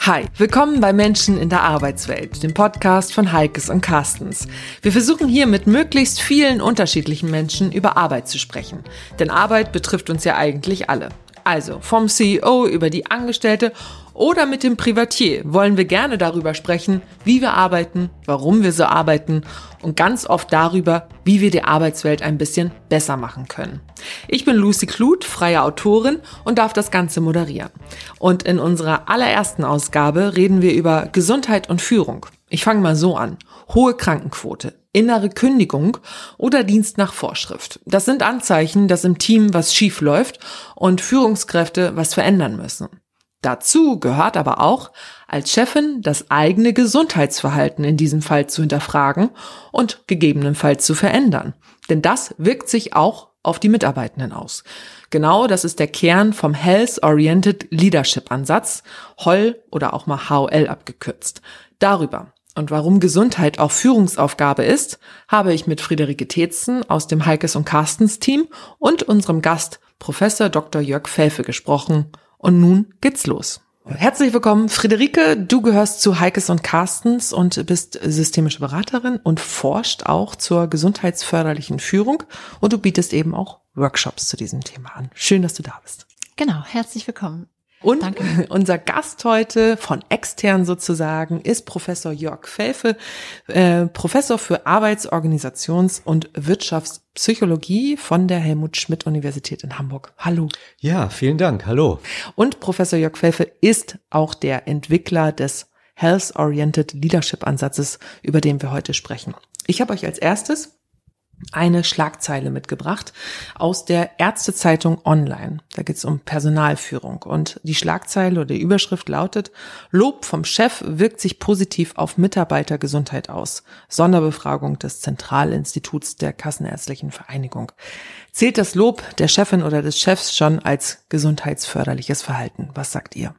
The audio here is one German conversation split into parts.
Hi, willkommen bei Menschen in der Arbeitswelt, dem Podcast von Heikes und Carstens. Wir versuchen hier mit möglichst vielen unterschiedlichen Menschen über Arbeit zu sprechen. Denn Arbeit betrifft uns ja eigentlich alle. Also vom CEO über die Angestellte oder mit dem Privatier wollen wir gerne darüber sprechen, wie wir arbeiten, warum wir so arbeiten und ganz oft darüber, wie wir die Arbeitswelt ein bisschen besser machen können. Ich bin Lucy Kluth, freie Autorin und darf das Ganze moderieren. Und in unserer allerersten Ausgabe reden wir über Gesundheit und Führung. Ich fange mal so an. Hohe Krankenquote, innere Kündigung oder Dienst nach Vorschrift. Das sind Anzeichen, dass im Team was schief läuft und Führungskräfte was verändern müssen. Dazu gehört aber auch, als Chefin das eigene Gesundheitsverhalten in diesem Fall zu hinterfragen und gegebenenfalls zu verändern. Denn das wirkt sich auch auf die Mitarbeitenden aus. Genau das ist der Kern vom Health-Oriented Leadership-Ansatz, HOL oder auch mal HOL abgekürzt. Darüber und warum Gesundheit auch Führungsaufgabe ist, habe ich mit Friederike Teetzen aus dem Heikes und Carstens Team und unserem Gast Professor Dr. Jörg Felfe gesprochen. Und nun geht's los. Herzlich willkommen, Friederike. Du gehörst zu Heikes und Carstens und bist systemische Beraterin und forscht auch zur gesundheitsförderlichen Führung. Und du bietest eben auch Workshops zu diesem Thema an. Schön, dass du da bist. Genau, herzlich willkommen. Und Danke. Unser Gast heute von extern sozusagen ist Professor Jörg Felfe, Professor für Arbeits-, Organisations- und Wirtschaftspsychologie von der Helmut-Schmidt-Universität in Hamburg. Hallo. Ja, vielen Dank. Hallo. Und Professor Jörg Felfe ist auch der Entwickler des Health-Oriented Leadership-Ansatzes, über den wir heute sprechen. Ich habe euch als erstes eine Schlagzeile mitgebracht aus der Ärztezeitung Online. Da geht es um Personalführung und die Schlagzeile oder die Überschrift lautet: Lob vom Chef wirkt sich positiv auf Mitarbeitergesundheit aus. Sonderbefragung des Zentralinstituts der Kassenärztlichen Vereinigung. Zählt das Lob der Chefin oder des Chefs schon als gesundheitsförderliches Verhalten? Was sagt ihr?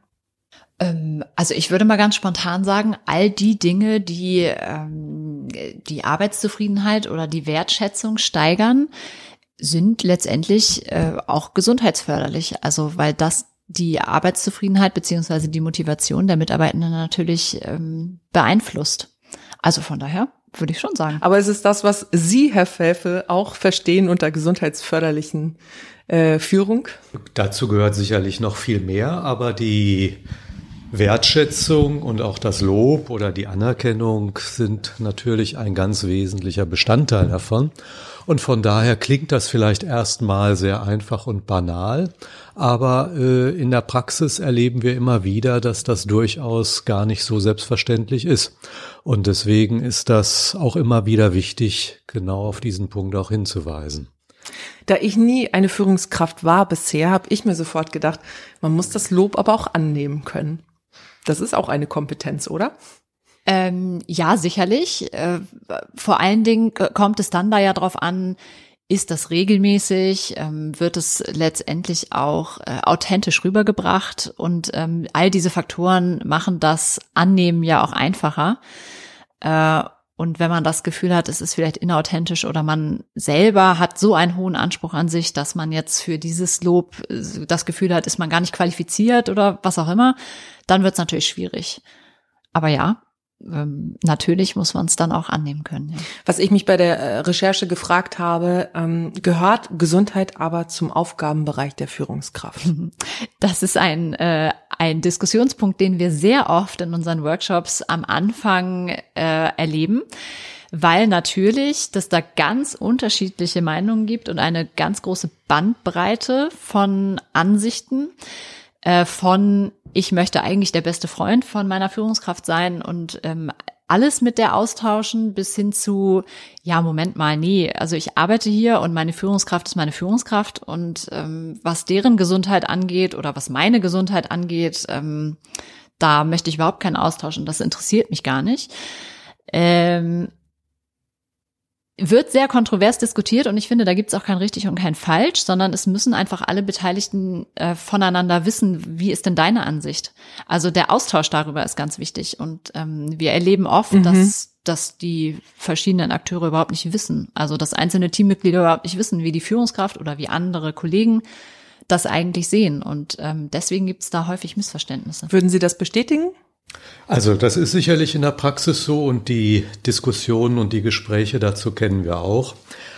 Also ich würde mal ganz spontan sagen, all die Dinge, die die Arbeitszufriedenheit oder die Wertschätzung steigern, sind letztendlich auch gesundheitsförderlich. Also weil das die Arbeitszufriedenheit beziehungsweise die Motivation der Mitarbeitenden natürlich beeinflusst. Also von daher würde ich schon sagen. Aber es ist das, was Sie, Herr Felfe, auch verstehen unter gesundheitsförderlichen Führung? Dazu gehört sicherlich noch viel mehr, aber die Wertschätzung und auch das Lob oder die Anerkennung sind natürlich ein ganz wesentlicher Bestandteil davon. Und von daher klingt das vielleicht erstmal sehr einfach und banal, aber in der Praxis erleben wir immer wieder, dass das durchaus gar nicht so selbstverständlich ist. Und deswegen ist das auch immer wieder wichtig, genau auf diesen Punkt auch hinzuweisen. Da ich nie eine Führungskraft war bisher, habe ich mir sofort gedacht, man muss das Lob aber auch annehmen können. Das ist auch eine Kompetenz, oder? Ja, sicherlich. Vor allen Dingen kommt es dann da ja drauf an, ist das regelmäßig, wird es letztendlich auch authentisch rübergebracht und all diese Faktoren machen das Annehmen ja auch einfacher. Und wenn man das Gefühl hat, es ist vielleicht inauthentisch oder man selber hat so einen hohen Anspruch an sich, dass man jetzt für dieses Lob das Gefühl hat, ist man gar nicht qualifiziert oder was auch immer, dann wird es natürlich schwierig. Aber ja, natürlich muss man es dann auch annehmen können. Ja. Was ich mich bei der Recherche gefragt habe, gehört Gesundheit aber zum Aufgabenbereich der Führungskraft? Das ist ein Diskussionspunkt, den wir sehr oft in unseren Workshops am Anfang erleben, weil natürlich dass da ganz unterschiedliche Meinungen gibt und eine ganz große Bandbreite von Ansichten, von ich möchte eigentlich der beste Freund von meiner Führungskraft sein und alles mit der austauschen bis hin zu, ja, Moment mal, nee, also ich arbeite hier und meine Führungskraft ist meine Führungskraft und was deren Gesundheit angeht oder was meine Gesundheit angeht, da möchte ich überhaupt keinen Austausch und das interessiert mich gar nicht. Wird sehr kontrovers diskutiert und ich finde, da gibt's auch kein richtig und kein falsch, sondern es müssen einfach alle Beteiligten voneinander wissen, wie ist denn deine Ansicht? Also der Austausch darüber ist ganz wichtig und wir erleben oft, dass die verschiedenen Akteure überhaupt nicht wissen, also dass einzelne Teammitglieder überhaupt nicht wissen, wie die Führungskraft oder wie andere Kollegen das eigentlich sehen und deswegen gibt's da häufig Missverständnisse. Würden Sie das bestätigen? Also das ist sicherlich in der Praxis so und die Diskussionen und die Gespräche dazu kennen wir auch.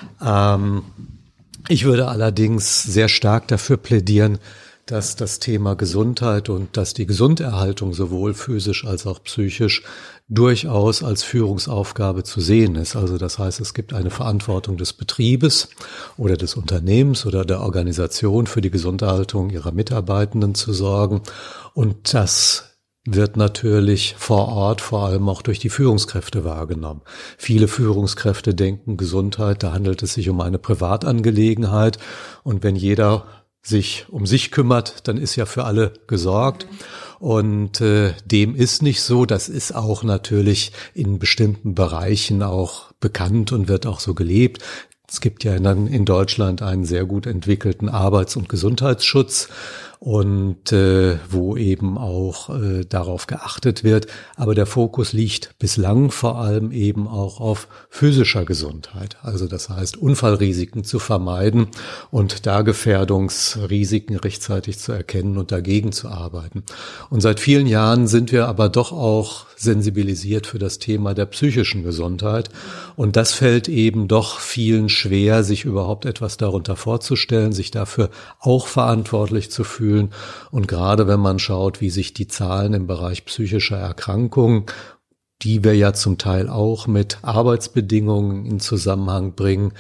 Ich würde allerdings sehr stark dafür plädieren, dass das Thema Gesundheit und dass die Gesunderhaltung sowohl physisch als auch psychisch durchaus als Führungsaufgabe zu sehen ist. Also das heißt, es gibt eine Verantwortung des Betriebes oder des Unternehmens oder der Organisation für die Gesunderhaltung ihrer Mitarbeitenden zu sorgen. Und das wird natürlich vor Ort vor allem auch durch die Führungskräfte wahrgenommen. Viele Führungskräfte denken, Gesundheit, da handelt es sich um eine Privatangelegenheit. Und wenn jeder sich um sich kümmert, dann ist ja für alle gesorgt. Und dem ist nicht so. Das ist auch natürlich in bestimmten Bereichen auch bekannt und wird auch so gelebt. Es gibt ja in Deutschland einen sehr gut entwickelten Arbeits- und Gesundheitsschutz und wo eben auch darauf geachtet wird. Aber der Fokus liegt bislang vor allem eben auch auf physischer Gesundheit. Also das heißt, Unfallrisiken zu vermeiden und da Gefährdungsrisiken rechtzeitig zu erkennen und dagegen zu arbeiten. Und seit vielen Jahren sind wir aber doch auch sensibilisiert für das Thema der psychischen Gesundheit. Und das fällt eben doch vielen schwer, sich überhaupt etwas darunter vorzustellen, sich dafür auch verantwortlich zu fühlen. Und gerade wenn man schaut, wie sich die Zahlen im Bereich psychischer Erkrankungen, die wir ja zum Teil auch mit Arbeitsbedingungen in Zusammenhang bringen,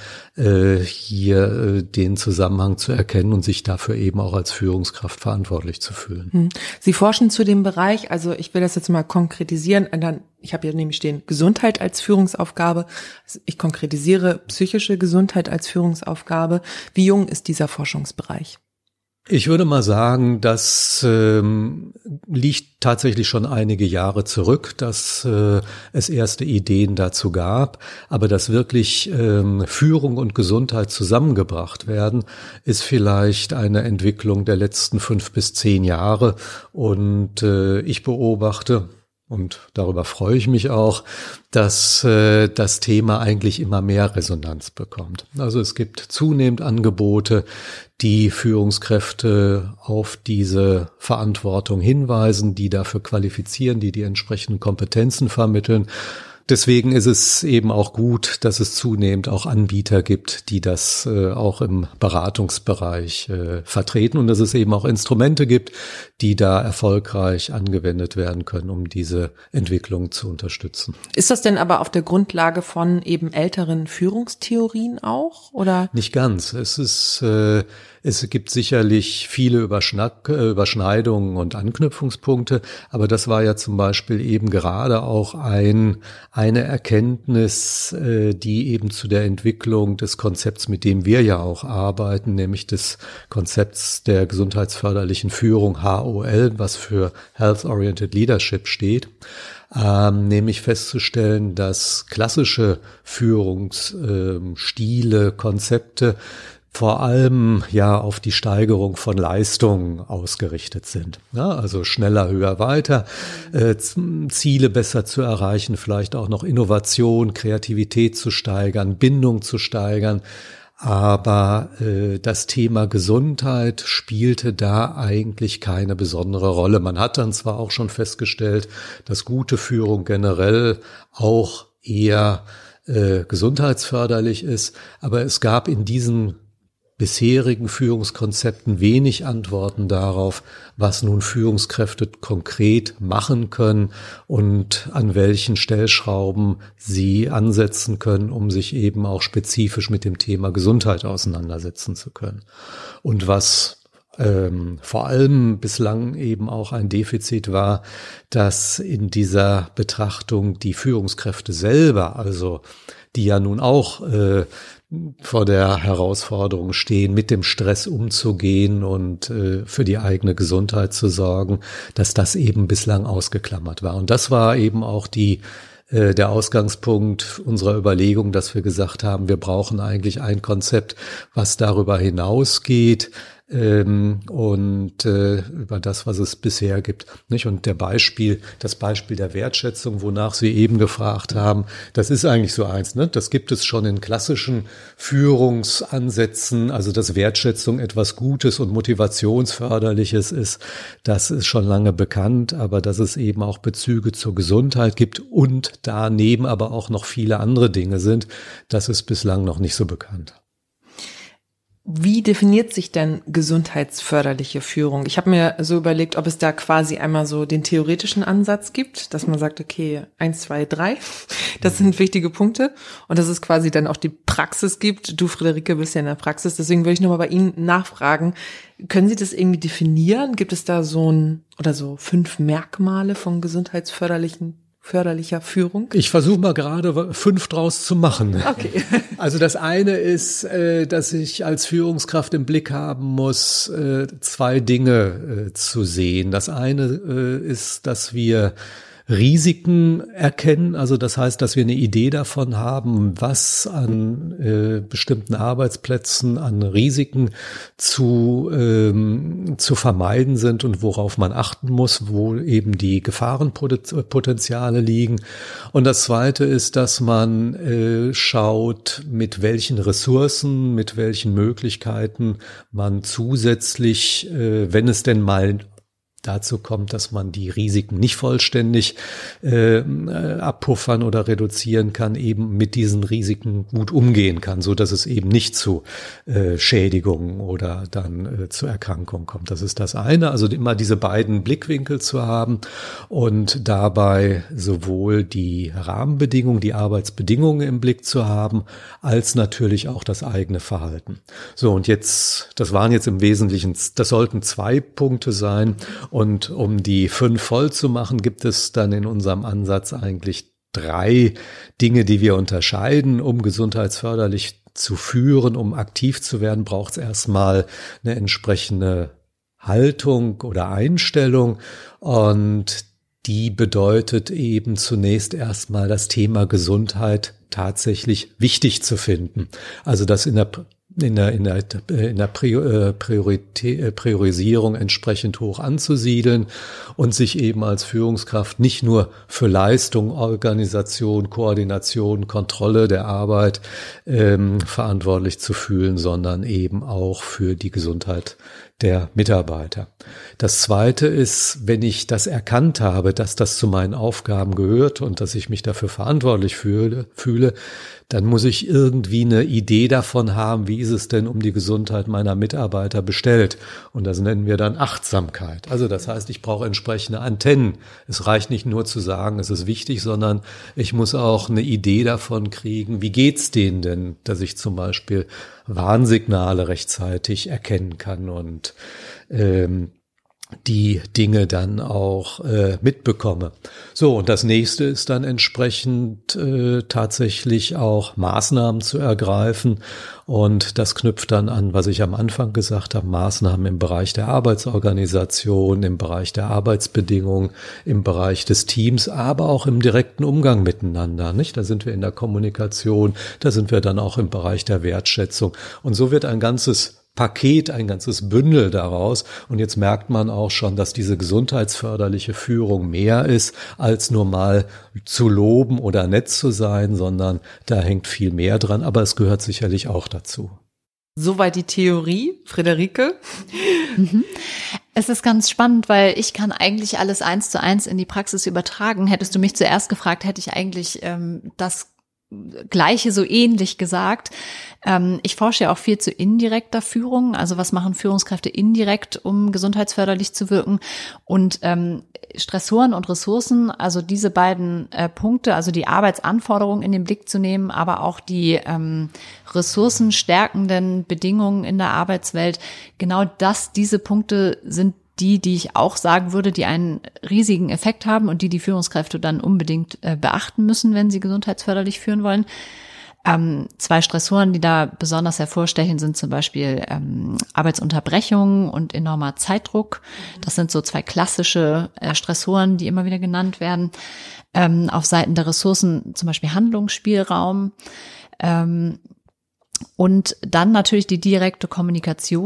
hier den Zusammenhang zu erkennen und sich dafür eben auch als Führungskraft verantwortlich zu fühlen. Sie forschen zu dem Bereich, also ich will das jetzt mal konkretisieren, ich habe hier nämlich stehen Gesundheit als Führungsaufgabe, ich konkretisiere psychische Gesundheit als Führungsaufgabe. Wie jung ist dieser Forschungsbereich? Ich würde mal sagen, das liegt tatsächlich schon einige Jahre zurück, dass es erste Ideen dazu gab. Aber dass wirklich Führung und Gesundheit zusammengebracht werden, ist vielleicht eine Entwicklung der letzten 5 bis 10 Jahre. Und ich beobachte, und darüber freue ich mich auch, dass das Thema eigentlich immer mehr Resonanz bekommt. Also es gibt zunehmend Angebote, die Führungskräfte auf diese Verantwortung hinweisen, die dafür qualifizieren, die entsprechenden Kompetenzen vermitteln. Deswegen ist es eben auch gut, dass es zunehmend auch Anbieter gibt, die das auch im Beratungsbereich vertreten und dass es eben auch Instrumente gibt, die da erfolgreich angewendet werden können, um diese Entwicklung zu unterstützen. Ist das denn aber auf der Grundlage von eben älteren Führungstheorien auch, oder? Nicht ganz. Es gibt sicherlich viele Überschneidungen und Anknüpfungspunkte, aber das war ja zum Beispiel eben gerade auch eine Erkenntnis, die eben zu der Entwicklung des Konzepts, mit dem wir ja auch arbeiten, nämlich des Konzepts der gesundheitsförderlichen Führung, HOL, was für Health Oriented Leadership steht. Nämlich festzustellen, dass klassische Führungsstile, Konzepte vor allem ja auf die Steigerung von Leistungen ausgerichtet sind. Ja, also schneller, höher, weiter, Ziele besser zu erreichen, vielleicht auch noch Innovation, Kreativität zu steigern, Bindung zu steigern. Aber das Thema Gesundheit spielte da eigentlich keine besondere Rolle. Man hat dann zwar auch schon festgestellt, dass gute Führung generell auch eher gesundheitsförderlich ist, aber es gab in diesen bisherigen Führungskonzepten wenig Antworten darauf, was nun Führungskräfte konkret machen können und an welchen Stellschrauben sie ansetzen können, um sich eben auch spezifisch mit dem Thema Gesundheit auseinandersetzen zu können. Und was vor allem bislang eben auch ein Defizit war, dass in dieser Betrachtung die Führungskräfte selber, also die ja nun auch vor der Herausforderung stehen, mit dem Stress umzugehen und für die eigene Gesundheit zu sorgen, dass das eben bislang ausgeklammert war. Und das war eben auch der Ausgangspunkt unserer Überlegung, dass wir gesagt haben, wir brauchen eigentlich ein Konzept, was darüber hinausgeht, und über das, was es bisher gibt. Nicht? Und das Beispiel der Wertschätzung, wonach Sie eben gefragt haben, das ist eigentlich so eins. Ne? Das gibt es schon in klassischen Führungsansätzen, also dass Wertschätzung etwas Gutes und Motivationsförderliches ist. Das ist schon lange bekannt, aber dass es eben auch Bezüge zur Gesundheit gibt und daneben aber auch noch viele andere Dinge sind, das ist bislang noch nicht so bekannt. Wie definiert sich denn gesundheitsförderliche Führung? Ich habe mir so überlegt, ob es da quasi einmal so den theoretischen Ansatz gibt, dass man sagt, okay, 1, 2, 3, das sind wichtige Punkte und dass es quasi dann auch die Praxis gibt. Du, Friederike, bist ja in der Praxis, deswegen würde ich nochmal bei Ihnen nachfragen, können Sie das irgendwie definieren? Gibt es da so 5 Merkmale von förderlicher Führung? Ich versuche mal gerade 5 draus zu machen. Okay. Also das eine ist, dass ich als Führungskraft im Blick haben muss, 2 Dinge zu sehen. Das eine ist, dass wir Risiken erkennen, also das heißt, dass wir eine Idee davon haben, was an bestimmten Arbeitsplätzen an Risiken zu vermeiden sind und worauf man achten muss, wo eben die Gefahrenpotenziale liegen. Und das Zweite ist, dass man schaut, mit welchen Ressourcen, mit welchen Möglichkeiten man zusätzlich, wenn es denn mal dazu kommt, dass man die Risiken nicht vollständig abpuffern oder reduzieren kann, eben mit diesen Risiken gut umgehen kann, so dass es eben nicht zu Schädigungen oder dann zu Erkrankungen kommt. Das ist das eine, also immer diese beiden Blickwinkel zu haben und dabei sowohl die Rahmenbedingungen, die Arbeitsbedingungen im Blick zu haben, als natürlich auch das eigene Verhalten. So, und jetzt, das waren jetzt im Wesentlichen, das sollten 2 Punkte sein. Und um die 5 voll zu machen, gibt es dann in unserem Ansatz eigentlich 3 Dinge, die wir unterscheiden. Um gesundheitsförderlich zu führen, um aktiv zu werden, braucht es erstmal eine entsprechende Haltung oder Einstellung. Und die bedeutet eben zunächst erstmal das Thema Gesundheit tatsächlich wichtig zu finden. Also das in der Priorisierung entsprechend hoch anzusiedeln und sich eben als Führungskraft nicht nur für Leistung, Organisation, Koordination, Kontrolle der Arbeit verantwortlich zu fühlen, sondern eben auch für die Gesundheit der Mitarbeiter. Das Zweite ist, wenn ich das erkannt habe, dass das zu meinen Aufgaben gehört und dass ich mich dafür verantwortlich fühle, dann muss ich irgendwie eine Idee davon haben, wie ist es denn um die Gesundheit meiner Mitarbeiter bestellt. Und das nennen wir dann Achtsamkeit. Also das heißt, ich brauche entsprechende Antennen. Es reicht nicht nur zu sagen, es ist wichtig, sondern ich muss auch eine Idee davon kriegen, wie geht's denen denn, dass ich zum Beispiel Warnsignale rechtzeitig erkennen kann und die Dinge dann auch mitbekomme. So, und das nächste ist dann entsprechend tatsächlich auch Maßnahmen zu ergreifen. Und das knüpft dann an, was ich am Anfang gesagt habe, Maßnahmen im Bereich der Arbeitsorganisation, im Bereich der Arbeitsbedingungen, im Bereich des Teams, aber auch im direkten Umgang miteinander, nicht? Da sind wir in der Kommunikation, da sind wir dann auch im Bereich der Wertschätzung. Und so wird ein ganzes Paket, ein ganzes Bündel daraus. Und jetzt merkt man auch schon, dass diese gesundheitsförderliche Führung mehr ist, als nur mal zu loben oder nett zu sein, sondern da hängt viel mehr dran. Aber es gehört sicherlich auch dazu. Soweit die Theorie, Friederike. Es ist ganz spannend, weil ich kann eigentlich alles 1:1 in die Praxis übertragen. Hättest du mich zuerst gefragt, hätte ich eigentlich das Gleiche so ähnlich gesagt. Ich forsche ja auch viel zu indirekter Führung. Also was machen Führungskräfte indirekt, um gesundheitsförderlich zu wirken? Und Stressoren und Ressourcen, also diese beiden Punkte, also die Arbeitsanforderungen in den Blick zu nehmen, aber auch die ressourcenstärkenden Bedingungen in der Arbeitswelt, genau diese Punkte sind die ich auch sagen würde, die einen riesigen Effekt haben und die Führungskräfte dann unbedingt beachten müssen, wenn sie gesundheitsförderlich führen wollen. 2 Stressoren, die da besonders hervorstechen, sind zum Beispiel Arbeitsunterbrechungen und enormer Zeitdruck. Das sind so 2 klassische Stressoren, die immer wieder genannt werden. Auf Seiten der Ressourcen zum Beispiel Handlungsspielraum. Und dann natürlich die direkte Kommunikation.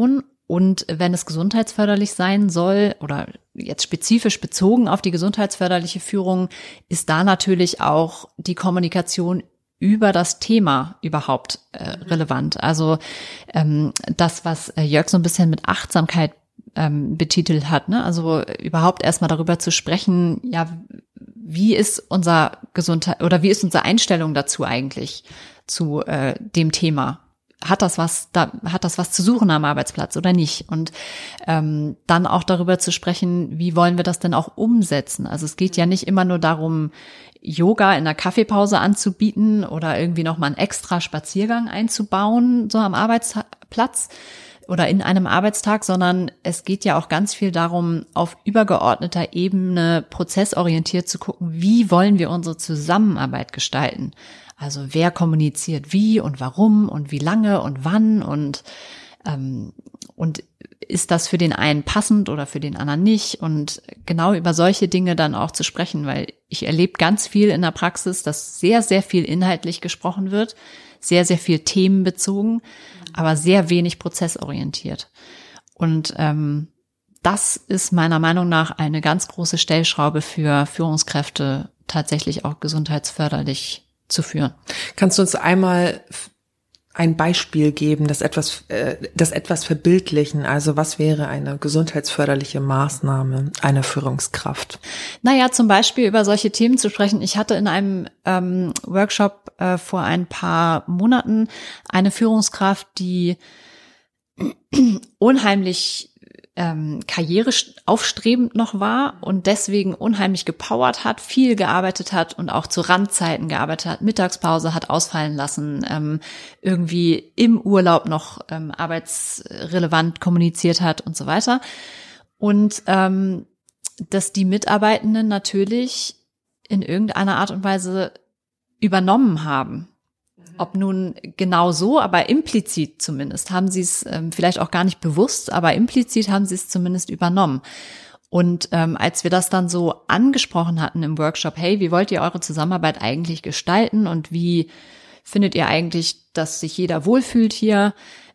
Und wenn es gesundheitsförderlich sein soll oder jetzt spezifisch bezogen auf die gesundheitsförderliche Führung, ist da natürlich auch die Kommunikation über das Thema überhaupt relevant. Also das, was Jörg so ein bisschen mit Achtsamkeit betitelt hat, ne? Also überhaupt erstmal darüber zu sprechen, ja, wie ist unser Gesundheit oder wie ist unsere Einstellung dazu eigentlich zu dem Thema? Hat das was zu suchen am Arbeitsplatz oder nicht? Und dann auch darüber zu sprechen, wie wollen wir das denn auch umsetzen? Also es geht ja nicht immer nur darum, Yoga in der Kaffeepause anzubieten oder irgendwie nochmal einen extra Spaziergang einzubauen, so am Arbeitsplatz oder in einem Arbeitstag, sondern es geht ja auch ganz viel darum, auf übergeordneter Ebene prozessorientiert zu gucken, wie wollen wir unsere Zusammenarbeit gestalten? Also wer kommuniziert wie und warum und wie lange und wann und ist das für den einen passend oder für den anderen nicht? Und genau über solche Dinge dann auch zu sprechen, weil ich erlebe ganz viel in der Praxis, dass sehr, sehr viel inhaltlich gesprochen wird, sehr, sehr viel themenbezogen, aber sehr wenig prozessorientiert. Und das ist meiner Meinung nach eine ganz große Stellschraube für Führungskräfte, tatsächlich auch gesundheitsförderlich zu führen. Kannst du uns einmal ein Beispiel geben, das etwas verbildlichen? Also was wäre eine gesundheitsförderliche Maßnahme einer Führungskraft? Naja, zum Beispiel über solche Themen zu sprechen. Ich hatte in einem Workshop vor ein paar Monaten eine Führungskraft, die unheimlich karriereaufstrebend noch war und deswegen unheimlich gepowert hat, viel gearbeitet hat und auch zu Randzeiten gearbeitet hat, Mittagspause hat ausfallen lassen, irgendwie im Urlaub noch arbeitsrelevant kommuniziert hat und so weiter. Und dass die Mitarbeitenden natürlich in irgendeiner Art und Weise übernommen haben. Ob nun genau so, aber implizit zumindest haben sie es vielleicht auch gar nicht bewusst, aber implizit haben sie es zumindest übernommen. Und als wir das dann so angesprochen hatten im Workshop, hey, wie wollt ihr eure Zusammenarbeit eigentlich gestalten und wie findet ihr eigentlich, dass sich jeder wohlfühlt hier?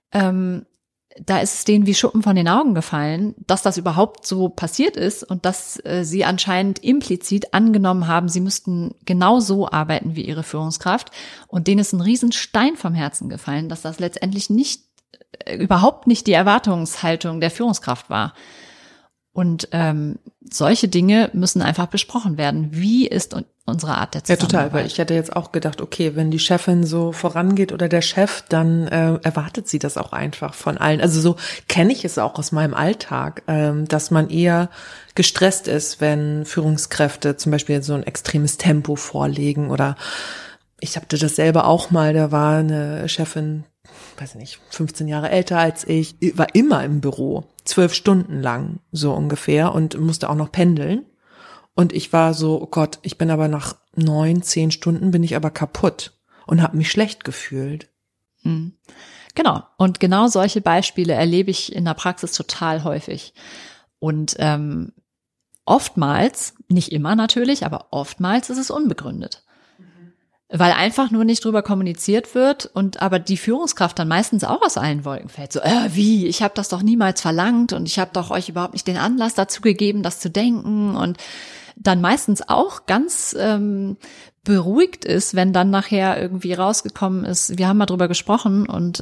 Da ist es denen wie Schuppen von den Augen gefallen, dass das überhaupt so passiert ist und dass sie anscheinend implizit angenommen haben, sie müssten genau so arbeiten wie ihre Führungskraft. Und denen ist ein Riesenstein vom Herzen gefallen, dass das letztendlich überhaupt nicht die Erwartungshaltung der Führungskraft war. Und solche Dinge müssen einfach besprochen werden. Wie ist unsere Art der Zusammenarbeit? Ja, total, weil ich hätte jetzt auch gedacht, okay, wenn die Chefin so vorangeht oder der Chef, dann erwartet sie das auch einfach von allen. Also so kenne ich es auch aus meinem Alltag, dass man eher gestresst ist, wenn Führungskräfte zum Beispiel so ein extremes Tempo vorlegen oder ich hatte das selber auch mal, da war eine Chefin, weiß nicht, 15 Jahre älter als ich, war immer im Büro, 12 Stunden lang so ungefähr und musste auch noch pendeln. Und ich war so, oh Gott, ich bin aber nach 9-10 Stunden bin ich aber kaputt und habe mich schlecht gefühlt. Genau. Und genau solche Beispiele erlebe ich in der Praxis total häufig. Und oftmals, nicht immer natürlich, aber oftmals ist es unbegründet. Weil einfach nur nicht drüber kommuniziert wird und aber die Führungskraft dann meistens auch aus allen Wolken fällt. So, wie? Ich habe das doch niemals verlangt und ich habe doch euch überhaupt nicht den Anlass dazu gegeben, das zu denken. Und dann meistens auch ganz beruhigt ist, wenn dann nachher irgendwie rausgekommen ist, wir haben mal drüber gesprochen und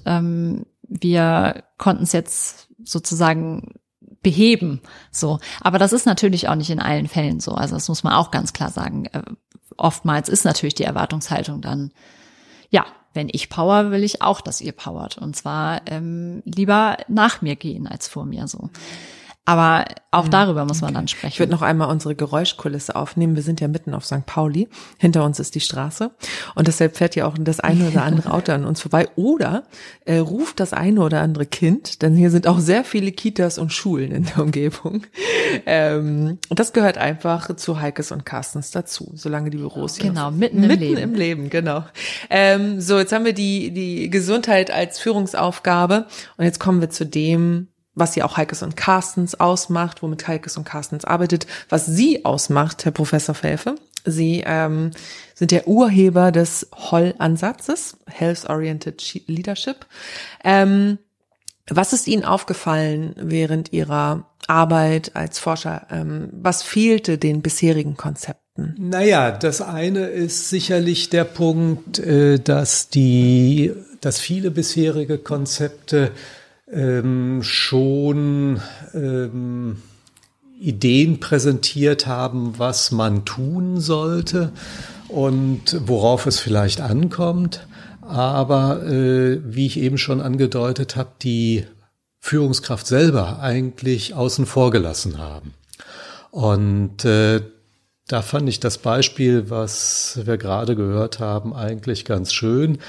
wir konnten es jetzt sozusagen beheben. So, aber das ist natürlich auch nicht in allen Fällen so. Also das muss man auch ganz klar sagen. Oftmals ist natürlich die Erwartungshaltung dann, ja, wenn ich power, will ich auch, dass ihr powert. Und zwar lieber nach mir gehen als vor mir so. Aber auch darüber muss man dann sprechen. Ich würde noch einmal unsere Geräuschkulisse aufnehmen. Wir sind ja mitten auf St. Pauli. Hinter uns ist die Straße. Und deshalb fährt ja auch das eine oder andere Auto an uns vorbei. Oder ruft das eine oder andere Kind. Denn hier sind auch sehr viele Kitas und Schulen in der Umgebung. Das gehört einfach zu Heikes und Carstens dazu. Solange die Büros hier genau, mitten im Leben, genau. So, jetzt haben wir die Gesundheit als Führungsaufgabe. Und jetzt kommen wir zu dem, was ja auch Heikes und Carstens ausmacht, womit Heikes und Carstens arbeitet, was Sie ausmacht, Herr Professor Felfe. Sie sind der Urheber des HOL-Ansatzes, Health-Oriented Leadership. Was ist Ihnen aufgefallen während Ihrer Arbeit als Forscher? Was fehlte den bisherigen Konzepten? Naja, das eine ist sicherlich der Punkt, dass viele bisherige Konzepte schon Ideen präsentiert haben, was man tun sollte und worauf es vielleicht ankommt. Aber wie ich eben schon angedeutet habe, die Führungskraft selber eigentlich außen vor gelassen haben. Und da fand ich das Beispiel, was wir gerade gehört haben, eigentlich ganz schön,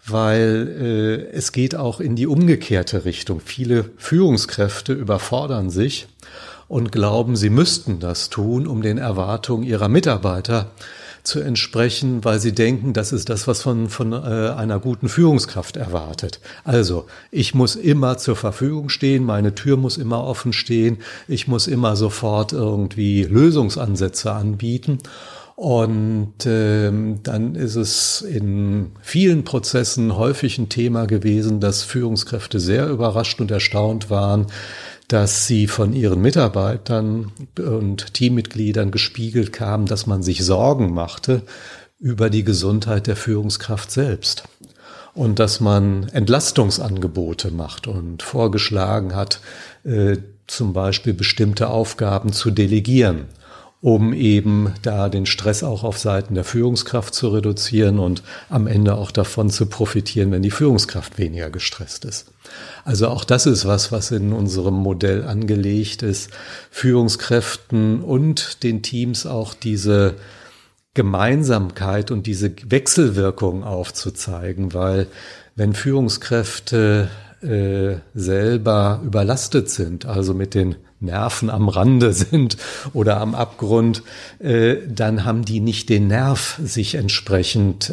weil es geht auch in die umgekehrte Richtung. Viele Führungskräfte überfordern sich und glauben, sie müssten das tun, um den Erwartungen ihrer Mitarbeiter zu entsprechen, weil sie denken, das ist das, was von einer guten Führungskraft erwartet. Also, ich muss immer zur Verfügung stehen, meine Tür muss immer offen stehen, ich muss immer sofort irgendwie Lösungsansätze anbieten. Und dann ist es in vielen Prozessen häufig ein Thema gewesen, dass Führungskräfte sehr überrascht und erstaunt waren, dass sie von ihren Mitarbeitern und Teammitgliedern gespiegelt kamen, dass man sich Sorgen machte über die Gesundheit der Führungskraft selbst und dass man Entlastungsangebote macht und vorgeschlagen hat, zum Beispiel bestimmte Aufgaben zu delegieren, um eben da den Stress auch auf Seiten der Führungskraft zu reduzieren und am Ende auch davon zu profitieren, wenn die Führungskraft weniger gestresst ist. Also auch das ist was in unserem Modell angelegt ist, Führungskräften und den Teams auch diese Gemeinsamkeit und diese Wechselwirkung aufzuzeigen, weil wenn Führungskräfte selber überlastet sind, also mit den Nerven am Rande sind oder am Abgrund, dann haben die nicht den Nerv, sich entsprechend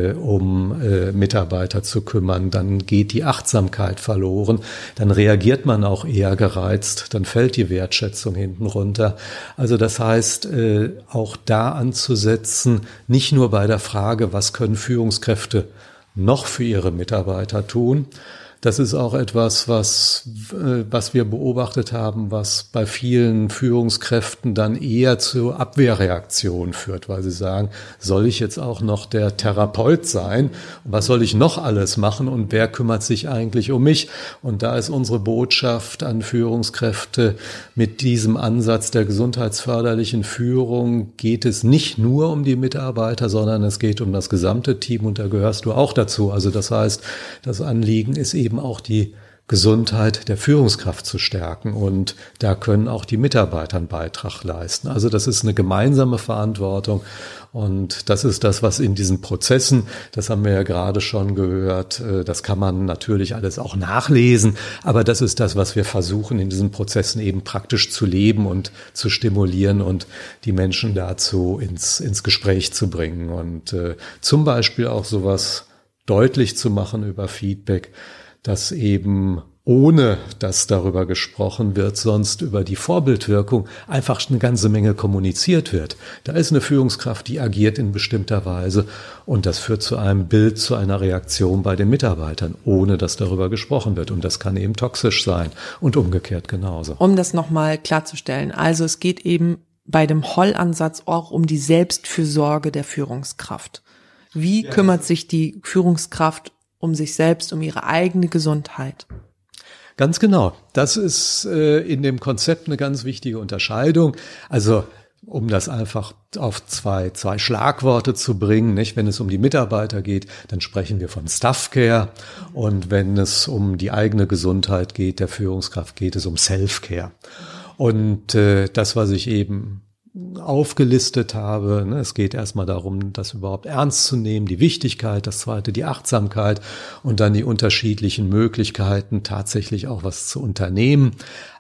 um Mitarbeiter zu kümmern. Dann geht die Achtsamkeit verloren, dann reagiert man auch eher gereizt, dann fällt die Wertschätzung hinten runter. Also das heißt, auch da anzusetzen, nicht nur bei der Frage, was können Führungskräfte noch für ihre Mitarbeiter tun. Das ist auch etwas, was wir beobachtet haben, was bei vielen Führungskräften dann eher zu Abwehrreaktionen führt, weil sie sagen, soll ich jetzt auch noch der Therapeut sein? Was soll ich noch alles machen und wer kümmert sich eigentlich um mich? Und da ist unsere Botschaft an Führungskräfte, mit diesem Ansatz der gesundheitsförderlichen Führung geht es nicht nur um die Mitarbeiter, sondern es geht um das gesamte Team und da gehörst du auch dazu. Also das heißt, das Anliegen ist eben auch die Gesundheit der Führungskraft zu stärken und da können auch die Mitarbeiter einen Beitrag leisten. Also das ist eine gemeinsame Verantwortung und das ist das, was in diesen Prozessen, das haben wir ja gerade schon gehört, das kann man natürlich alles auch nachlesen, aber das ist das, was wir versuchen in diesen Prozessen eben praktisch zu leben und zu stimulieren und die Menschen dazu ins Gespräch zu bringen und zum Beispiel auch sowas deutlich zu machen über Feedback, dass eben ohne dass darüber gesprochen wird, sonst über die Vorbildwirkung einfach eine ganze Menge kommuniziert wird. Da ist eine Führungskraft, die agiert in bestimmter Weise und das führt zu einem Bild, zu einer Reaktion bei den Mitarbeitern, ohne dass darüber gesprochen wird. Und das kann eben toxisch sein und umgekehrt genauso. Um das nochmal klarzustellen, also es geht eben bei dem Holl-Ansatz auch um die Selbstfürsorge der Führungskraft. Wie kümmert sich die Führungskraft um sich selbst, um ihre eigene Gesundheit? Ganz genau. Das ist in dem Konzept eine ganz wichtige Unterscheidung. Also um das einfach auf zwei Schlagworte zu bringen, nicht? Wenn es um die Mitarbeiter geht, dann sprechen wir von Staff-Care und wenn es um die eigene Gesundheit geht, der Führungskraft, geht es um Self-Care. Und das, was ich eben aufgelistet habe. Es geht erstmal darum, das überhaupt ernst zu nehmen, die Wichtigkeit, das zweite die Achtsamkeit und dann die unterschiedlichen Möglichkeiten, tatsächlich auch was zu unternehmen.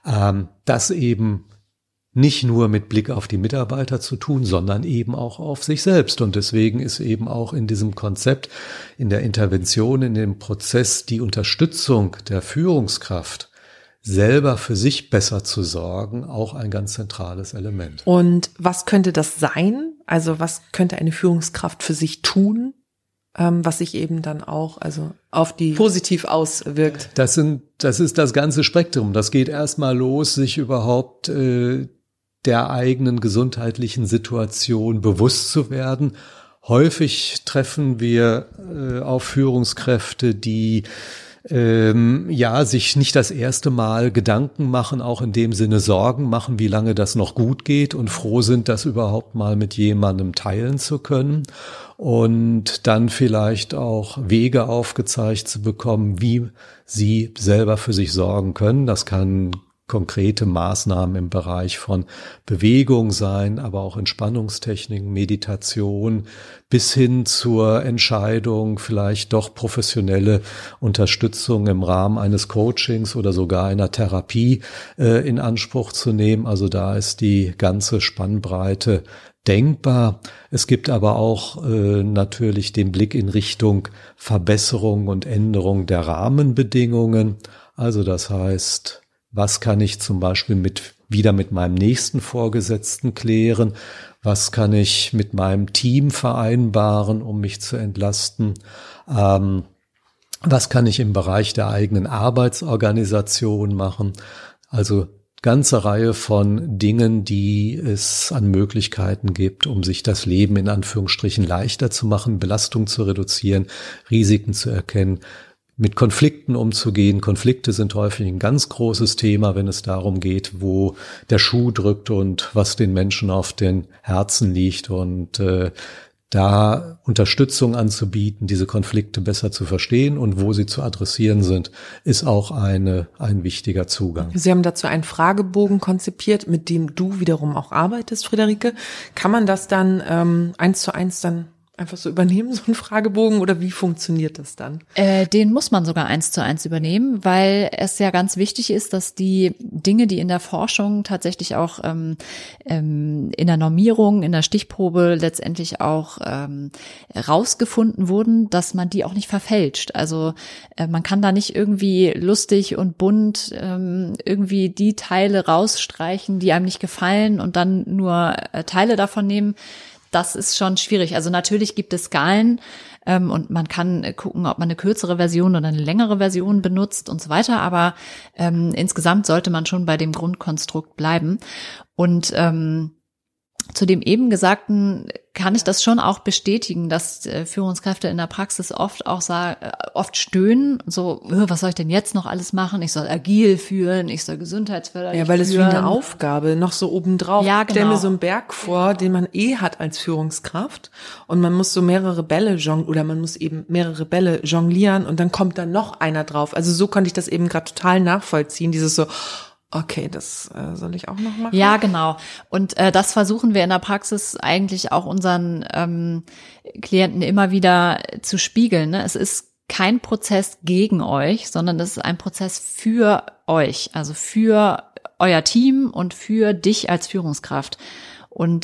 Das eben nicht nur mit Blick auf die Mitarbeiter zu tun, sondern eben auch auf sich selbst. Und deswegen ist eben auch in diesem Konzept, in der Intervention, in dem Prozess die Unterstützung der Führungskraft selber für sich besser zu sorgen, auch ein ganz zentrales Element. Und was könnte das sein? Also was könnte eine Führungskraft für sich tun? was sich eben dann auch also auf die positiv auswirkt. Das ist das ganze Spektrum. Das geht erstmal los, sich überhaupt der eigenen gesundheitlichen Situation bewusst zu werden. Häufig treffen wir auf Führungskräfte, die sich nicht das erste Mal Gedanken machen, auch in dem Sinne Sorgen machen, wie lange das noch gut geht und froh sind, das überhaupt mal mit jemandem teilen zu können und dann vielleicht auch Wege aufgezeigt zu bekommen, wie sie selber für sich sorgen können. Das kann konkrete Maßnahmen im Bereich von Bewegung sein, aber auch Entspannungstechniken, Meditation, bis hin zur Entscheidung, vielleicht doch professionelle Unterstützung im Rahmen eines Coachings oder sogar einer Therapie in Anspruch zu nehmen. Also da ist die ganze Spannbreite denkbar. Es gibt aber auch natürlich den Blick in Richtung Verbesserung und Änderung der Rahmenbedingungen. Also das heißt, was kann ich zum Beispiel wieder mit meinem nächsten Vorgesetzten klären? Was kann ich mit meinem Team vereinbaren, um mich zu entlasten? Was kann ich im Bereich der eigenen Arbeitsorganisation machen? Also ganze Reihe von Dingen, die es an Möglichkeiten gibt, um sich das Leben in Anführungsstrichen leichter zu machen, Belastung zu reduzieren, Risiken zu erkennen, mit Konflikten umzugehen. Konflikte sind häufig ein ganz großes Thema, wenn es darum geht, wo der Schuh drückt und was den Menschen auf den Herzen liegt. Und da Unterstützung anzubieten, diese Konflikte besser zu verstehen und wo sie zu adressieren sind, ist auch ein wichtiger Zugang. Sie haben dazu einen Fragebogen konzipiert, mit dem du wiederum auch arbeitest, Friederike. Kann man das dann 1:1 dann einfach so übernehmen, so einen Fragebogen, oder wie funktioniert das dann? Den muss man sogar 1:1 übernehmen, weil es ja ganz wichtig ist, dass die Dinge, die in der Forschung tatsächlich auch in der Normierung, in der Stichprobe letztendlich auch rausgefunden wurden, dass man die auch nicht verfälscht. Also man kann da nicht irgendwie lustig und bunt irgendwie die Teile rausstreichen, die einem nicht gefallen und dann nur Teile davon nehmen. Das ist schon schwierig. Also natürlich gibt es Skalen und man kann gucken, ob man eine kürzere Version oder eine längere Version benutzt und so weiter. Aber insgesamt sollte man schon bei dem Grundkonstrukt bleiben. Und zu dem eben Gesagten kann ich das schon auch bestätigen, dass Führungskräfte in der Praxis oft stöhnen, so, was soll ich denn jetzt noch alles machen? Ich soll agil führen, ich soll gesundheitsförderlich führen. Ja, weil es wie eine Aufgabe noch so obendrauf. Ja, genau. Ich stelle mir so einen Berg vor, den man hat als Führungskraft, und man muss so mehrere Bälle jonglieren und dann kommt dann noch einer drauf. Also so konnte ich das eben gerade total nachvollziehen, dieses so, okay, das soll ich auch noch machen? Ja, genau. Und das versuchen wir in der Praxis eigentlich auch unseren Klienten immer wieder zu spiegeln. Ne? Es ist kein Prozess gegen euch, sondern es ist ein Prozess für euch, also für euer Team und für dich als Führungskraft. Und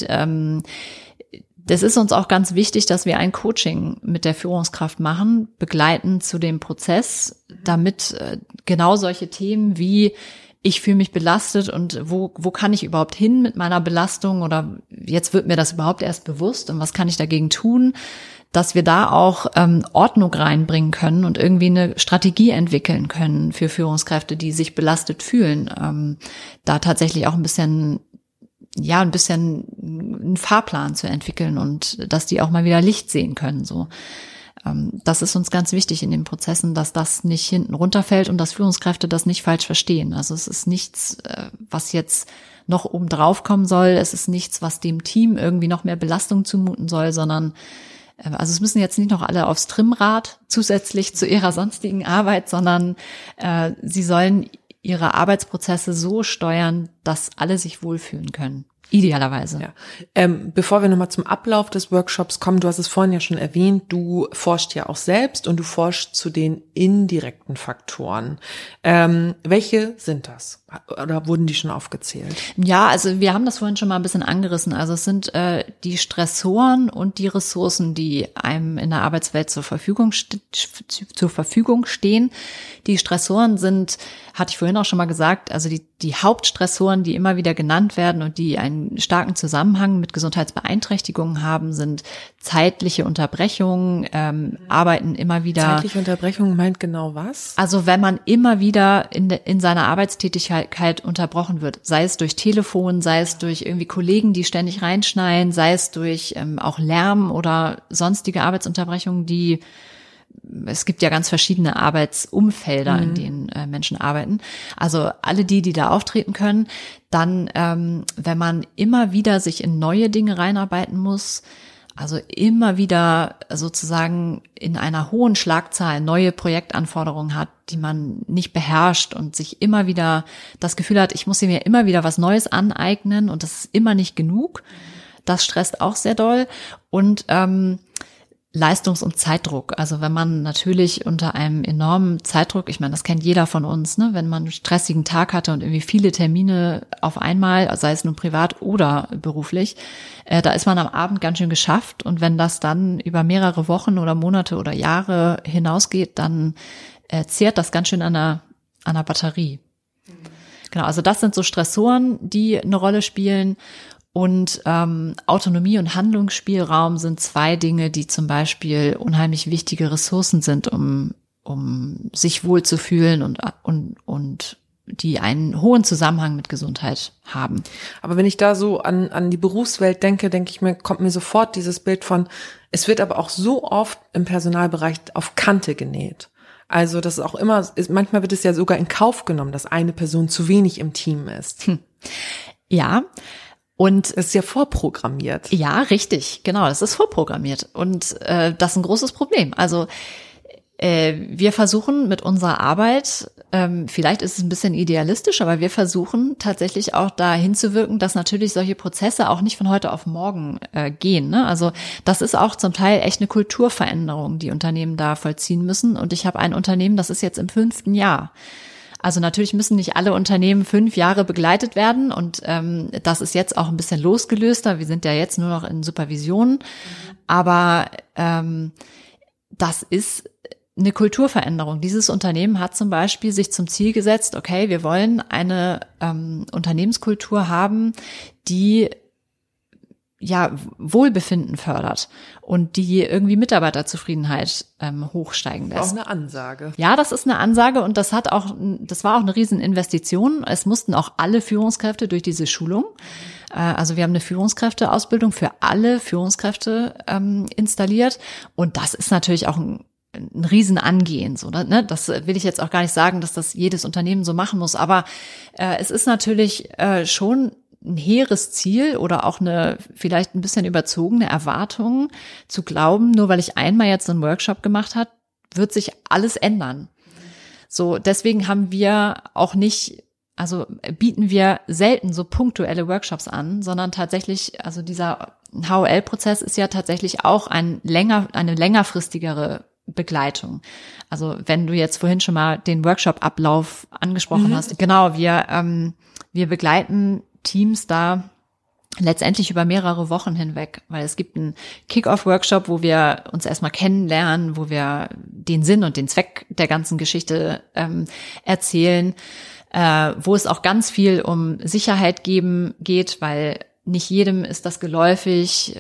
das ist uns auch ganz wichtig, dass wir ein Coaching mit der Führungskraft machen, begleiten zu dem Prozess, damit genau solche Themen wie ich fühle mich belastet und wo kann ich überhaupt hin mit meiner Belastung, oder jetzt wird mir das überhaupt erst bewusst und was kann ich dagegen tun, dass wir da auch Ordnung reinbringen können und irgendwie eine Strategie entwickeln können für Führungskräfte, die sich belastet fühlen, da tatsächlich auch ein bisschen einen Fahrplan zu entwickeln und dass die auch mal wieder Licht sehen können, so. Das ist uns ganz wichtig in den Prozessen, dass das nicht hinten runterfällt und dass Führungskräfte das nicht falsch verstehen. Also es ist nichts, was jetzt noch oben drauf kommen soll. Es ist nichts, was dem Team irgendwie noch mehr Belastung zumuten soll, sondern also es müssen jetzt nicht noch alle aufs Trimmrad zusätzlich zu ihrer sonstigen Arbeit, sondern sie sollen ihre Arbeitsprozesse so steuern, dass alle sich wohlfühlen können. Idealerweise. Ja. Bevor wir nochmal zum Ablauf des Workshops kommen, du hast es vorhin ja schon erwähnt, du forschst ja auch selbst und du forschst zu den indirekten Faktoren. Welche sind das? Oder wurden die schon aufgezählt? Ja, also wir haben das vorhin schon mal ein bisschen angerissen. Also es sind die Stressoren und die Ressourcen, die einem in der Arbeitswelt zur Verfügung stehen. Die Stressoren sind, hatte ich vorhin auch schon mal gesagt, also die die Hauptstressoren, die immer wieder genannt werden und die einen starken Zusammenhang mit Gesundheitsbeeinträchtigungen haben, sind zeitliche Unterbrechungen, Arbeiten immer wieder. Zeitliche Unterbrechung meint genau was? Also wenn man immer wieder in seiner Arbeitstätigkeit unterbrochen wird, sei es durch Telefon, sei es durch irgendwie Kollegen, die ständig reinschneien, sei es durch auch Lärm oder sonstige Arbeitsunterbrechungen, es gibt ja ganz verschiedene Arbeitsumfelder, in denen Menschen arbeiten. Also alle die da auftreten können. Dann, wenn man immer wieder sich in neue Dinge reinarbeiten muss, also immer wieder sozusagen in einer hohen Schlagzahl neue Projektanforderungen hat, die man nicht beherrscht und sich immer wieder das Gefühl hat, ich muss mir immer wieder was Neues aneignen und das ist immer nicht genug. Das stresst auch sehr doll. Und Leistungs- und Zeitdruck. Also wenn man natürlich unter einem enormen Zeitdruck, ich meine, das kennt jeder von uns, ne, wenn man einen stressigen Tag hatte und irgendwie viele Termine auf einmal, sei es nun privat oder beruflich, da ist man am Abend ganz schön geschafft. Und wenn das dann über mehrere Wochen oder Monate oder Jahre hinausgeht, dann zehrt das ganz schön an der Batterie. Genau, also das sind so Stressoren, die eine Rolle spielen. Und Autonomie und Handlungsspielraum sind zwei Dinge, die zum Beispiel unheimlich wichtige Ressourcen sind, um sich wohlzufühlen und die einen hohen Zusammenhang mit Gesundheit haben. Aber wenn ich da so an die Berufswelt denke, kommt mir sofort dieses Bild von, es wird aber auch so oft im Personalbereich auf Kante genäht. Also das ist auch immer, manchmal wird es ja sogar in Kauf genommen, dass eine Person zu wenig im Team ist. Ja. Und es ist ja vorprogrammiert. Ja, richtig, genau, das ist vorprogrammiert. Und das ist ein großes Problem. Also wir versuchen mit unserer Arbeit, vielleicht ist es ein bisschen idealistisch, aber wir versuchen tatsächlich auch da hinzuwirken, dass natürlich solche Prozesse auch nicht von heute auf morgen gehen. Ne? Also das ist auch zum Teil echt eine Kulturveränderung, die Unternehmen da vollziehen müssen. Und ich habe ein Unternehmen, das ist jetzt im 5. Jahr. Also natürlich müssen nicht alle Unternehmen 5 Jahre begleitet werden und das ist jetzt auch ein bisschen losgelöster. Wir sind ja jetzt nur noch in Supervision, aber das ist eine Kulturveränderung. Dieses Unternehmen hat zum Beispiel sich zum Ziel gesetzt, okay, wir wollen eine Unternehmenskultur haben, die Wohlbefinden fördert und die irgendwie Mitarbeiterzufriedenheit hochsteigen lässt. Auch eine Ansage. Ja, das ist eine Ansage und das war auch eine Rieseninvestition. Es mussten auch alle Führungskräfte durch diese Schulung. Also wir haben eine Führungskräfteausbildung für alle Führungskräfte installiert und das ist natürlich auch ein Riesenangehen, so, ne? Das will ich jetzt auch gar nicht sagen, dass das jedes Unternehmen so machen muss, aber es ist natürlich schon ein hehres Ziel oder auch eine vielleicht ein bisschen überzogene Erwartung zu glauben, nur weil ich einmal jetzt so einen Workshop gemacht habe, wird sich alles ändern. So, deswegen haben wir auch nicht, also bieten wir selten so punktuelle Workshops an, sondern tatsächlich, also dieser HOL-Prozess ist ja tatsächlich auch eine längerfristigere Begleitung. Also wenn du jetzt vorhin schon mal den Workshop-Ablauf angesprochen hast, genau, wir begleiten Teams da letztendlich über mehrere Wochen hinweg, weil es gibt einen Kick-Off-Workshop, wo wir uns erstmal kennenlernen, wo wir den Sinn und den Zweck der ganzen Geschichte erzählen, wo es auch ganz viel um Sicherheit geht, weil nicht jedem ist das geläufig,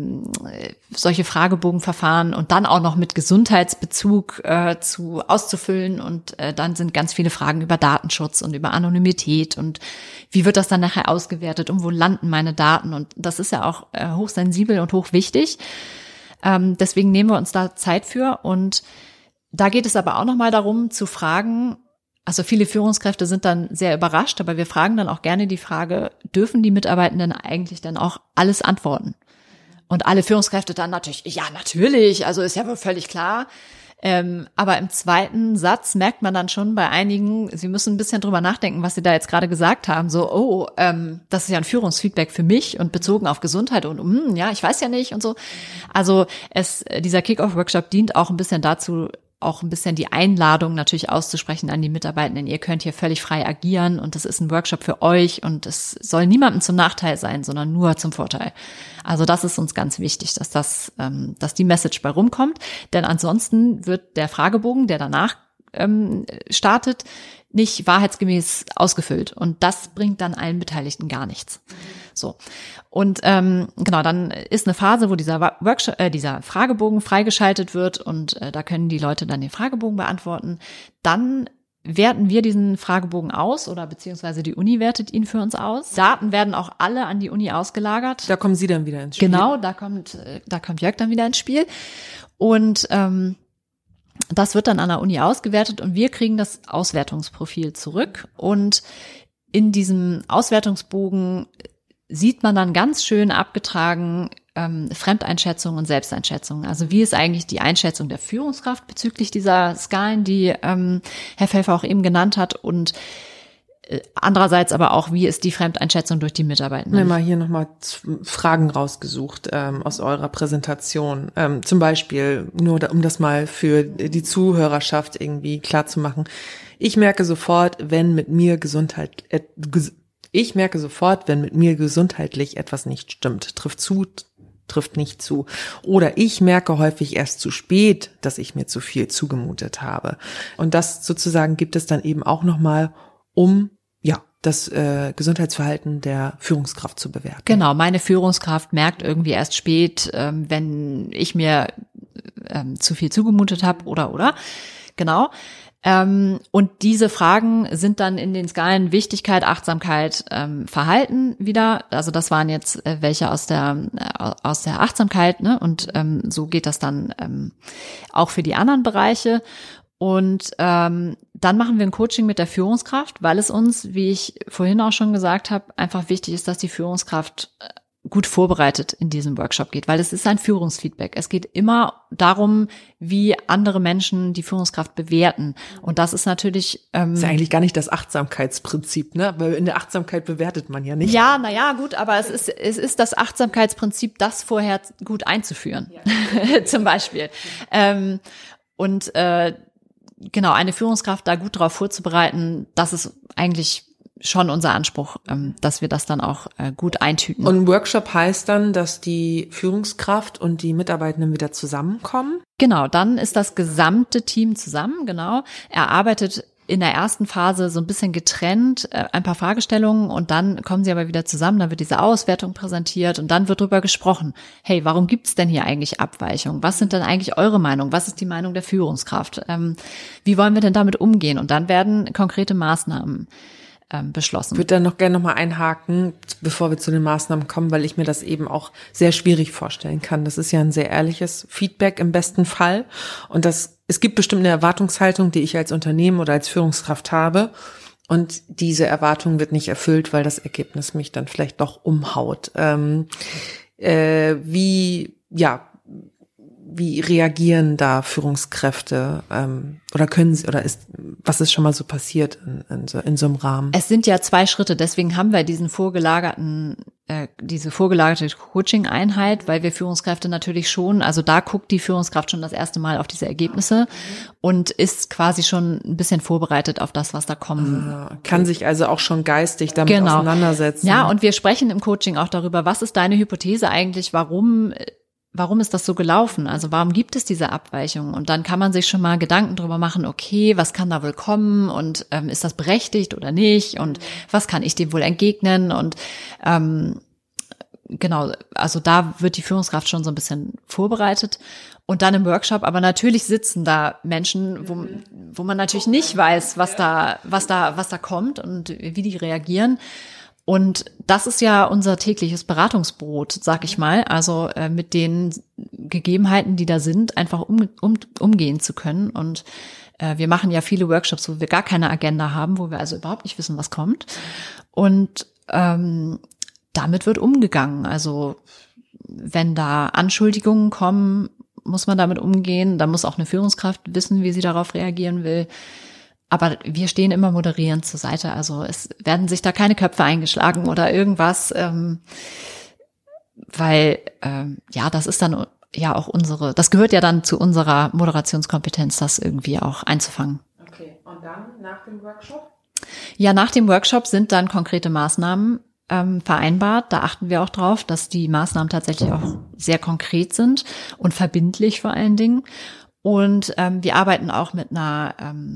solche Fragebogenverfahren und dann auch noch mit Gesundheitsbezug auszufüllen und dann sind ganz viele Fragen über Datenschutz und über Anonymität und wie wird das dann nachher ausgewertet und wo landen meine Daten und das ist ja auch hochsensibel und hochwichtig. Deswegen nehmen wir uns da Zeit für und da geht es aber auch nochmal darum zu fragen, also viele Führungskräfte sind dann sehr überrascht, aber wir fragen dann auch gerne die Frage, dürfen die Mitarbeitenden eigentlich dann auch alles antworten? Und alle Führungskräfte dann natürlich, ja natürlich, also ist ja wohl völlig klar. Aber im zweiten Satz merkt man dann schon bei einigen, sie müssen ein bisschen drüber nachdenken, was sie da jetzt gerade gesagt haben. So, das ist ja ein Führungsfeedback für mich und bezogen auf Gesundheit und ja, ich weiß ja nicht und so. Also dieser Kick-Off-Workshop dient auch ein bisschen dazu, auch ein bisschen die Einladung natürlich auszusprechen an die Mitarbeitenden. Ihr könnt hier völlig frei agieren und das ist ein Workshop für euch und es soll niemandem zum Nachteil sein, sondern nur zum Vorteil. Also das ist uns ganz wichtig, dass die Message bei rumkommt, denn ansonsten wird der Fragebogen, der danach startet, nicht wahrheitsgemäß ausgefüllt. Und das bringt dann allen Beteiligten gar nichts. So. Und genau, dann ist eine Phase, wo dieser Fragebogen freigeschaltet wird und da können die Leute dann den Fragebogen beantworten. Dann werten wir diesen Fragebogen aus oder beziehungsweise die Uni wertet ihn für uns aus. Daten werden auch alle an die Uni ausgelagert. Da kommen Sie dann wieder ins Spiel. Genau, da kommt Jörg dann wieder ins Spiel. Und das wird dann an der Uni ausgewertet und wir kriegen das Auswertungsprofil zurück. Und in diesem Auswertungsbogen sieht man dann ganz schön abgetragen Fremdeinschätzung und Selbsteinschätzung. Also wie ist eigentlich die Einschätzung der Führungskraft bezüglich dieser Skalen, die Herr Pfeffer auch eben genannt hat, und andererseits aber auch, wie ist die Fremdeinschätzung durch die Mitarbeitenden. Ich habe mal hier nochmal Fragen rausgesucht aus eurer Präsentation. Zum Beispiel, nur um das mal für die Zuhörerschaft irgendwie klar zu machen. Ich merke sofort, wenn mit mir gesundheitlich etwas nicht stimmt. Trifft zu, trifft nicht zu. Oder ich merke häufig erst zu spät, dass ich mir zu viel zugemutet habe. Und das sozusagen gibt es dann eben auch nochmal, um das Gesundheitsverhalten der Führungskraft zu bewerten. Genau, meine Führungskraft merkt irgendwie erst spät, wenn ich mir zu viel zugemutet habe oder. Genau. Und diese Fragen sind dann in den Skalen Wichtigkeit, Achtsamkeit, Verhalten wieder. Also das waren jetzt welche aus der Achtsamkeit, ne? Und so geht das dann auch für die anderen Bereiche. Und dann machen wir ein Coaching mit der Führungskraft, weil es uns, wie ich vorhin auch schon gesagt habe, einfach wichtig ist, dass die Führungskraft gut vorbereitet in diesem Workshop geht, weil es ist ein Führungsfeedback. Es geht immer darum, wie andere Menschen die Führungskraft bewerten. Und das ist natürlich das ist ja eigentlich gar nicht das Achtsamkeitsprinzip, ne? Weil in der Achtsamkeit bewertet man ja nicht. Ja, naja, gut, aber es ist das Achtsamkeitsprinzip, das vorher gut einzuführen, ja. Zum Beispiel. Genau, eine Führungskraft da gut drauf vorzubereiten, das ist eigentlich schon unser Anspruch, dass wir das dann auch gut eintüten. Und Workshop heißt dann, dass die Führungskraft und die Mitarbeitenden wieder zusammenkommen? Genau, dann ist das gesamte Team zusammen, genau. Er arbeitet in der ersten Phase so ein bisschen getrennt, ein paar Fragestellungen, und dann kommen sie aber wieder zusammen, dann wird diese Auswertung präsentiert und dann wird drüber gesprochen. Hey, warum gibt's denn hier eigentlich Abweichungen? Was sind denn eigentlich eure Meinung? Was ist die Meinung der Führungskraft? Wie wollen wir denn damit umgehen? Und dann werden konkrete Maßnahmen beschlossen. Ich würde da noch gerne nochmal einhaken, bevor wir zu den Maßnahmen kommen, weil ich mir das eben auch sehr schwierig vorstellen kann. Das ist ja ein sehr ehrliches Feedback im besten Fall. Und es gibt bestimmt eine Erwartungshaltung, die ich als Unternehmen oder als Führungskraft habe. Und diese Erwartung wird nicht erfüllt, weil das Ergebnis mich dann vielleicht doch umhaut. Wie reagieren da Führungskräfte oder können sie, was ist schon mal so passiert in so einem Rahmen? Es sind ja 2 Schritte, deswegen haben wir diese vorgelagerte Coaching-Einheit, weil wir Führungskräfte natürlich schon, also da guckt die Führungskraft schon das erste Mal auf diese Ergebnisse und ist quasi schon ein bisschen vorbereitet auf das, was da kommen. Kann sich also auch schon geistig damit auseinandersetzen. Ja, und wir sprechen im Coaching auch darüber, was ist deine Hypothese eigentlich, warum ist das so gelaufen? Also warum gibt es diese Abweichung? Und dann kann man sich schon mal Gedanken drüber machen, okay, was kann da wohl kommen und ist das berechtigt oder nicht? Und was kann ich dem wohl entgegnen? Und genau, also da wird die Führungskraft schon so ein bisschen vorbereitet. Und dann im Workshop, aber natürlich sitzen da Menschen, wo man natürlich nicht weiß, was da kommt und wie die reagieren. Und das ist ja unser tägliches Beratungsbrot, sag ich mal. Also mit den Gegebenheiten, die da sind, einfach umgehen zu können. Und wir machen ja viele Workshops, wo wir gar keine Agenda haben, wo wir also überhaupt nicht wissen, was kommt. Und damit wird umgegangen. Also wenn da Anschuldigungen kommen, muss man damit umgehen. Da muss auch eine Führungskraft wissen, wie sie darauf reagieren will. Aber wir stehen immer moderierend zur Seite. Also es werden sich da keine Köpfe eingeschlagen oder irgendwas, weil das ist dann ja auch das gehört ja dann zu unserer Moderationskompetenz, das irgendwie auch einzufangen. Okay, und dann nach dem Workshop? Ja, nach dem Workshop sind dann konkrete Maßnahmen vereinbart. Da achten wir auch drauf, dass die Maßnahmen tatsächlich auch sehr konkret sind und verbindlich vor allen Dingen. Und wir arbeiten auch mit einer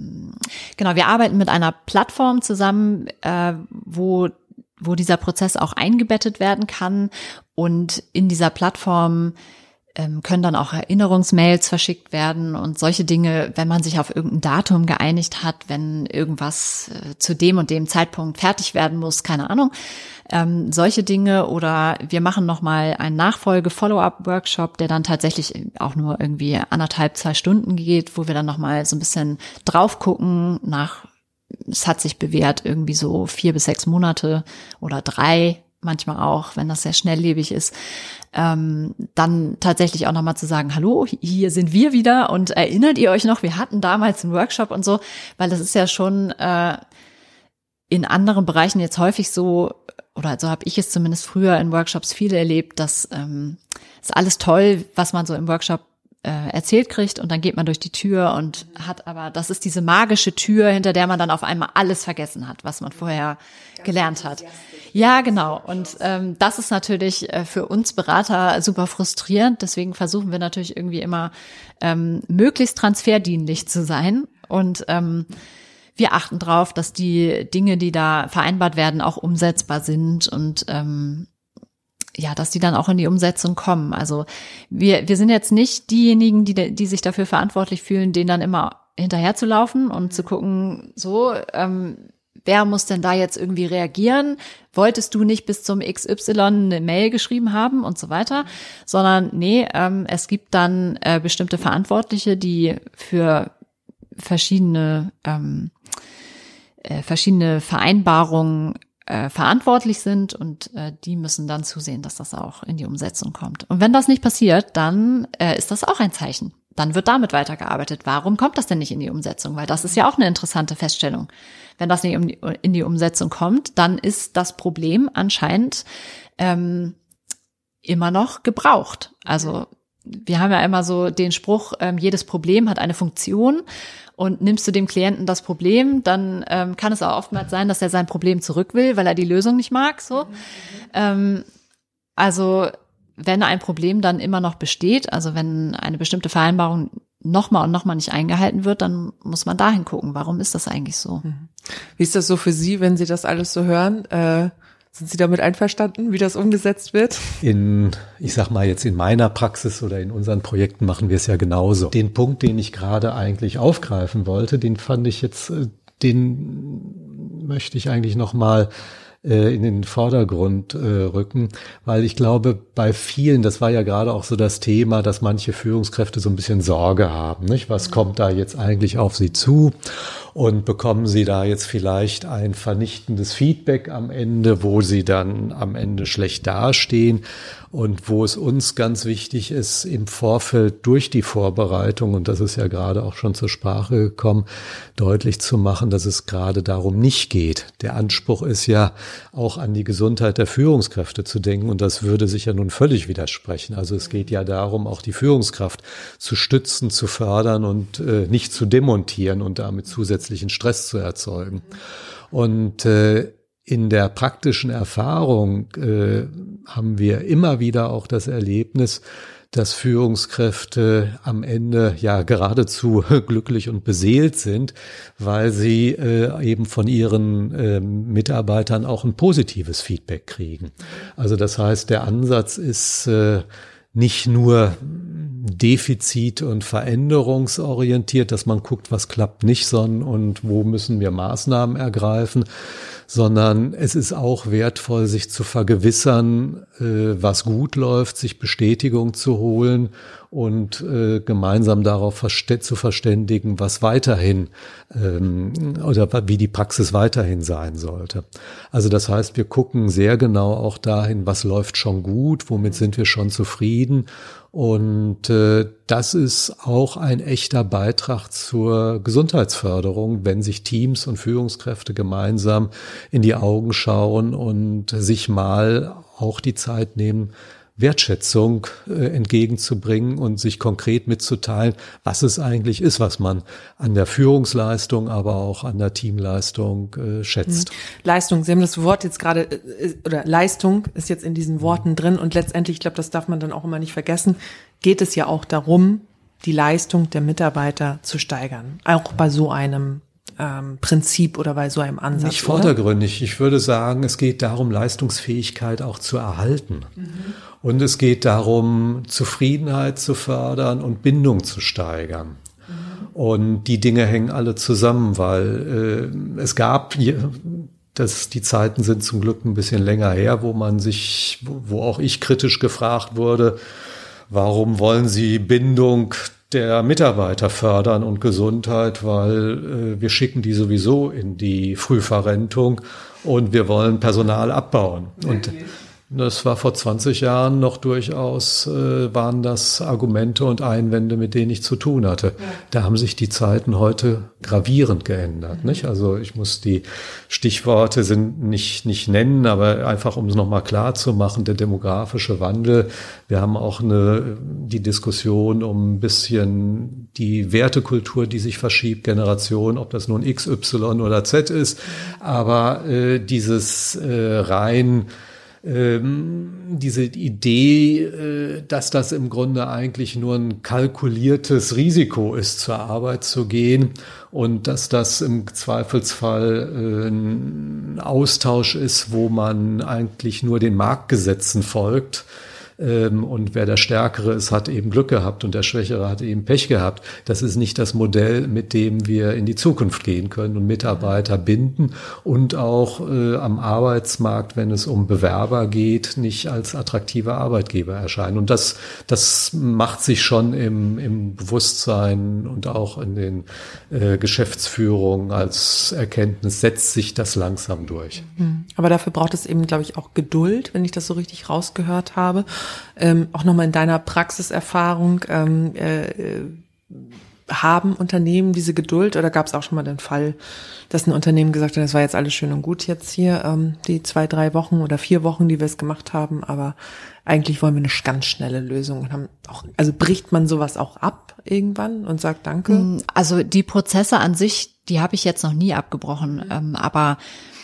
Plattform zusammen, wo dieser Prozess auch eingebettet werden kann. Und in dieser Plattform können dann auch Erinnerungsmails verschickt werden und solche Dinge, wenn man sich auf irgendein Datum geeinigt hat, wenn irgendwas zu dem und dem Zeitpunkt fertig werden muss, keine Ahnung, solche Dinge. Oder wir machen nochmal einen Nachfolge-Follow-up-Workshop, der dann tatsächlich auch nur irgendwie 1,5-2 Stunden geht, wo wir dann nochmal so ein bisschen drauf gucken es hat sich bewährt, irgendwie so 4 bis 6 Monate oder 3, manchmal auch, wenn das sehr schnelllebig ist, dann tatsächlich auch nochmal zu sagen, hallo, hier sind wir wieder und erinnert ihr euch noch, wir hatten damals einen Workshop und so, weil das ist ja schon in anderen Bereichen jetzt häufig so, oder so habe ich es zumindest früher in Workshops viele erlebt, dass ist alles toll, was man so im Workshop erzählt kriegt und dann geht man durch die Tür und das ist diese magische Tür, hinter der man dann auf einmal alles vergessen hat, was man vorher gelernt hat. Ja, genau. Und das ist natürlich für uns Berater super frustrierend. Deswegen versuchen wir natürlich irgendwie immer möglichst transferdienlich zu sein. Und wir achten drauf, dass die Dinge, die da vereinbart werden, auch umsetzbar sind und dass die dann auch in die Umsetzung kommen. Also wir sind jetzt nicht diejenigen, die sich dafür verantwortlich fühlen, denen dann immer hinterher zu laufen und zu gucken, wer muss denn da jetzt irgendwie reagieren? Wolltest du nicht bis zum XY eine Mail geschrieben haben und so weiter? Sondern es gibt dann bestimmte Verantwortliche, die für verschiedene Vereinbarungen verantwortlich sind und die müssen dann zusehen, dass das auch in die Umsetzung kommt. Und wenn das nicht passiert, dann ist das auch ein Zeichen. Dann wird damit weitergearbeitet. Warum kommt das denn nicht in die Umsetzung? Weil das ist ja auch eine interessante Feststellung. Wenn das nicht in die Umsetzung kommt, dann ist das Problem anscheinend immer noch gebraucht. Also wir haben ja immer so den Spruch, jedes Problem hat eine Funktion. Und nimmst du dem Klienten das Problem, dann kann es auch oftmals sein, dass er sein Problem zurück will, weil er die Lösung nicht mag. So, also wenn ein Problem dann immer noch besteht, also wenn eine bestimmte Vereinbarung nochmal und nochmal nicht eingehalten wird, dann muss man dahin gucken, warum ist das eigentlich so? Wie ist das so für Sie, wenn Sie das alles so hören? Sind Sie damit einverstanden, wie das umgesetzt wird? Ich sag mal jetzt in meiner Praxis oder in unseren Projekten machen wir es ja genauso. Den Punkt, den ich gerade eigentlich aufgreifen wollte, den möchte ich eigentlich nochmal in den Vordergrund rücken, weil ich glaube, bei vielen, das war ja gerade auch so das Thema, dass manche Führungskräfte so ein bisschen Sorge haben, nicht? Was kommt da jetzt eigentlich auf sie zu? Und bekommen sie da jetzt vielleicht ein vernichtendes Feedback am Ende, wo sie dann am Ende schlecht dastehen und wo es uns ganz wichtig ist, im Vorfeld durch die Vorbereitung, und das ist ja gerade auch schon zur Sprache gekommen, deutlich zu machen, dass es gerade darum nicht geht. Der Anspruch ist ja auch an die Gesundheit der Führungskräfte zu denken und das würde sich ja nun völlig widersprechen. Also es geht ja darum, auch die Führungskraft zu stützen, zu fördern und nicht zu demontieren und damit zusätzlichen Stress zu erzeugen. Und in der praktischen Erfahrung haben wir immer wieder auch das Erlebnis, dass Führungskräfte am Ende ja geradezu glücklich und beseelt sind, weil sie eben von ihren Mitarbeitern auch ein positives Feedback kriegen. Also das heißt, der Ansatz ist nicht nur defizit- und veränderungsorientiert, dass man guckt, was klappt nicht, und wo müssen wir Maßnahmen ergreifen, sondern es ist auch wertvoll, sich zu vergewissern, was gut läuft, sich Bestätigung zu holen und gemeinsam darauf zu verständigen, was weiterhin oder wie die Praxis weiterhin sein sollte. Also das heißt, wir gucken sehr genau auch dahin, was läuft schon gut, womit sind wir schon zufrieden. Und das ist auch ein echter Beitrag zur Gesundheitsförderung, wenn sich Teams und Führungskräfte gemeinsam in die Augen schauen und sich mal auch die Zeit nehmen, Wertschätzung entgegenzubringen und sich konkret mitzuteilen, was es eigentlich ist, was man an der Führungsleistung, aber auch an der Teamleistung schätzt. Leistung, Sie haben das Wort jetzt gerade, oder Leistung ist jetzt in diesen Worten drin und letztendlich, ich glaube, das darf man dann auch immer nicht vergessen, geht es ja auch darum, die Leistung der Mitarbeiter zu steigern. Auch bei so einem Prinzip oder bei so einem Ansatz. Nicht vordergründig. Ich würde sagen, es geht darum, Leistungsfähigkeit auch zu erhalten. Und es geht darum, Zufriedenheit zu fördern und Bindung zu steigern. Und die Dinge hängen alle zusammen, weil es gab, die Zeiten sind zum Glück ein bisschen länger her, wo auch ich kritisch gefragt wurde, warum wollen Sie Bindung der Mitarbeiter fördern und Gesundheit, weil wir schicken die sowieso in die Frühverrentung und wir wollen Personal abbauen. Und das war vor 20 Jahren noch durchaus, waren das Argumente und Einwände, mit denen ich zu tun hatte. Ja. Da haben sich die Zeiten heute gravierend geändert, nicht? Also ich muss die Stichworte nicht nennen, aber einfach, um es nochmal klar zu machen, der demografische Wandel. Wir haben auch die Diskussion um ein bisschen die Wertekultur, die sich verschiebt, Generation, ob das nun X, Y oder Z ist. Aber dieses diese Idee, dass das im Grunde eigentlich nur ein kalkuliertes Risiko ist, zur Arbeit zu gehen und dass das im Zweifelsfall ein Austausch ist, wo man eigentlich nur den Marktgesetzen folgt. Und wer der Stärkere ist, hat eben Glück gehabt und der Schwächere hat eben Pech gehabt. Das ist nicht das Modell, mit dem wir in die Zukunft gehen können und Mitarbeiter binden und auch am Arbeitsmarkt, wenn es um Bewerber geht, nicht als attraktiver Arbeitgeber erscheinen. Und das macht sich schon im Bewusstsein und auch in den Geschäftsführungen als Erkenntnis, setzt sich das langsam durch. Aber dafür braucht es eben, glaube ich, auch Geduld, wenn ich das so richtig rausgehört habe. Auch nochmal in deiner Praxiserfahrung, haben Unternehmen diese Geduld oder gab es auch schon mal den Fall, dass ein Unternehmen gesagt hat, das war jetzt alles schön und gut jetzt hier, die 2, 3 Wochen oder 4 Wochen, die wir es gemacht haben, aber eigentlich wollen wir eine ganz schnelle Lösung und haben auch, also bricht man sowas auch ab irgendwann und sagt Danke? Also die Prozesse an sich, die habe ich jetzt noch nie abgebrochen, aber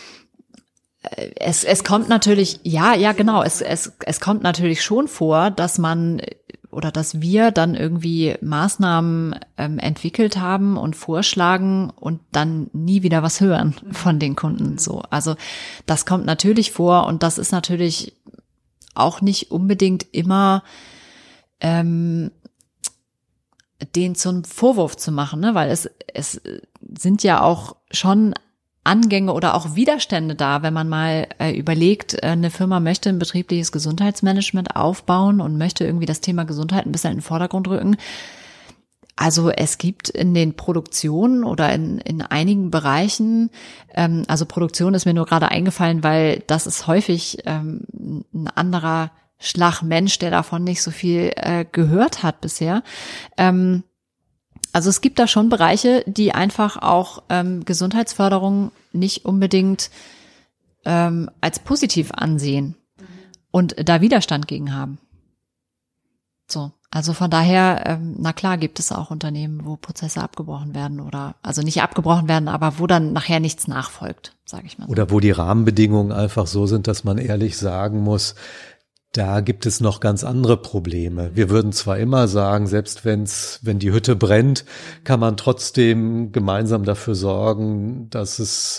es kommt natürlich, genau, es kommt natürlich schon vor, dass man oder dass wir dann irgendwie Maßnahmen entwickelt haben und vorschlagen und dann nie wieder was hören von den Kunden. So, also das kommt natürlich vor und das ist natürlich auch nicht unbedingt immer den zum Vorwurf zu machen, ne? Weil es sind ja auch schon Angänge oder auch Widerstände da, wenn man mal überlegt, eine Firma möchte ein betriebliches Gesundheitsmanagement aufbauen und möchte irgendwie das Thema Gesundheit ein bisschen in den Vordergrund rücken. Also es gibt in den Produktionen oder in einigen Bereichen, also Produktion ist mir nur gerade eingefallen, weil das ist häufig ein anderer Schlag Mensch, der davon nicht so viel gehört hat bisher. Also es gibt da schon Bereiche, die einfach auch Gesundheitsförderung nicht unbedingt als positiv ansehen und da Widerstand gegen haben. So, also von daher, na klar, gibt es auch Unternehmen, wo Prozesse abgebrochen werden oder, also nicht abgebrochen werden, aber wo dann nachher nichts nachfolgt, sage ich mal so. Oder wo die Rahmenbedingungen einfach so sind, dass man ehrlich sagen muss, da gibt es noch ganz andere Probleme. Wir würden zwar immer sagen, selbst wenn die Hütte brennt, kann man trotzdem gemeinsam dafür sorgen, dass es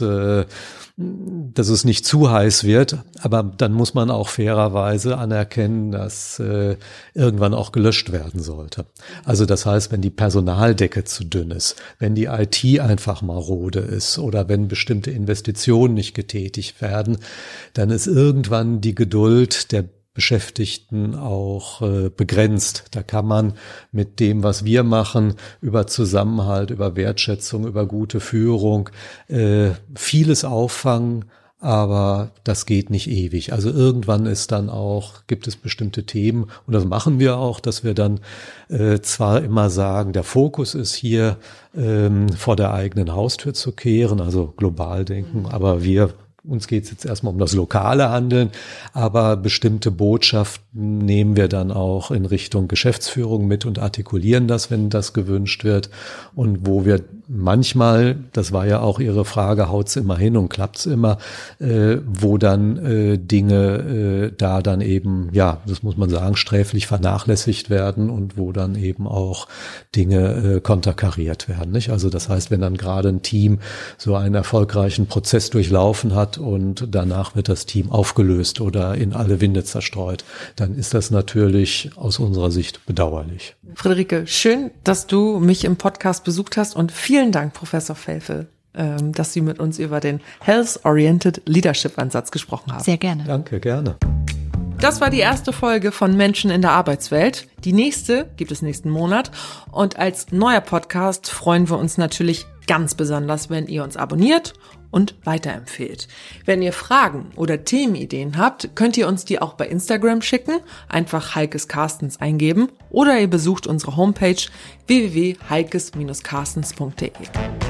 nicht zu heiß wird. Aber dann muss man auch fairerweise anerkennen, dass irgendwann auch gelöscht werden sollte. Also das heißt, wenn die Personaldecke zu dünn ist, wenn die IT einfach marode ist oder wenn bestimmte Investitionen nicht getätigt werden, dann ist irgendwann die Geduld der Beschäftigten auch begrenzt. Da kann man mit dem, was wir machen, über Zusammenhalt, über Wertschätzung, über gute Führung, vieles auffangen, aber das geht nicht ewig. Also irgendwann gibt es bestimmte Themen und das machen wir auch, dass wir dann zwar immer sagen, der Fokus ist hier vor der eigenen Haustür zu kehren, also global denken, aber uns geht es jetzt erstmal um das lokale Handeln, aber bestimmte Botschaften nehmen wir dann auch in Richtung Geschäftsführung mit und artikulieren das, wenn das gewünscht wird. Und wo wir manchmal, das war ja auch Ihre Frage, haut's immer hin und klappt's immer, wo dann Dinge da dann eben, ja, das muss man sagen, sträflich vernachlässigt werden und wo dann eben auch Dinge konterkariert werden, nicht? Also das heißt, wenn dann gerade ein Team so einen erfolgreichen Prozess durchlaufen hat und danach wird das Team aufgelöst oder in alle Winde zerstreut, dann ist das natürlich aus unserer Sicht bedauerlich. Friederike, schön, dass du mich im Podcast besucht hast und vielen Dank, Professor Felfe, dass Sie mit uns über den Health-Oriented Leadership-Ansatz gesprochen haben. Sehr gerne. Danke, gerne. Das war die erste Folge von Menschen in der Arbeitswelt. Die nächste gibt es nächsten Monat. Und als neuer Podcast freuen wir uns natürlich ganz besonders, wenn ihr uns abonniert und weiterempfehlt. Wenn ihr Fragen oder Themenideen habt, könnt ihr uns die auch bei Instagram schicken. Einfach Heikes Carstens eingeben oder ihr besucht unsere Homepage www.heikes-carstens.de.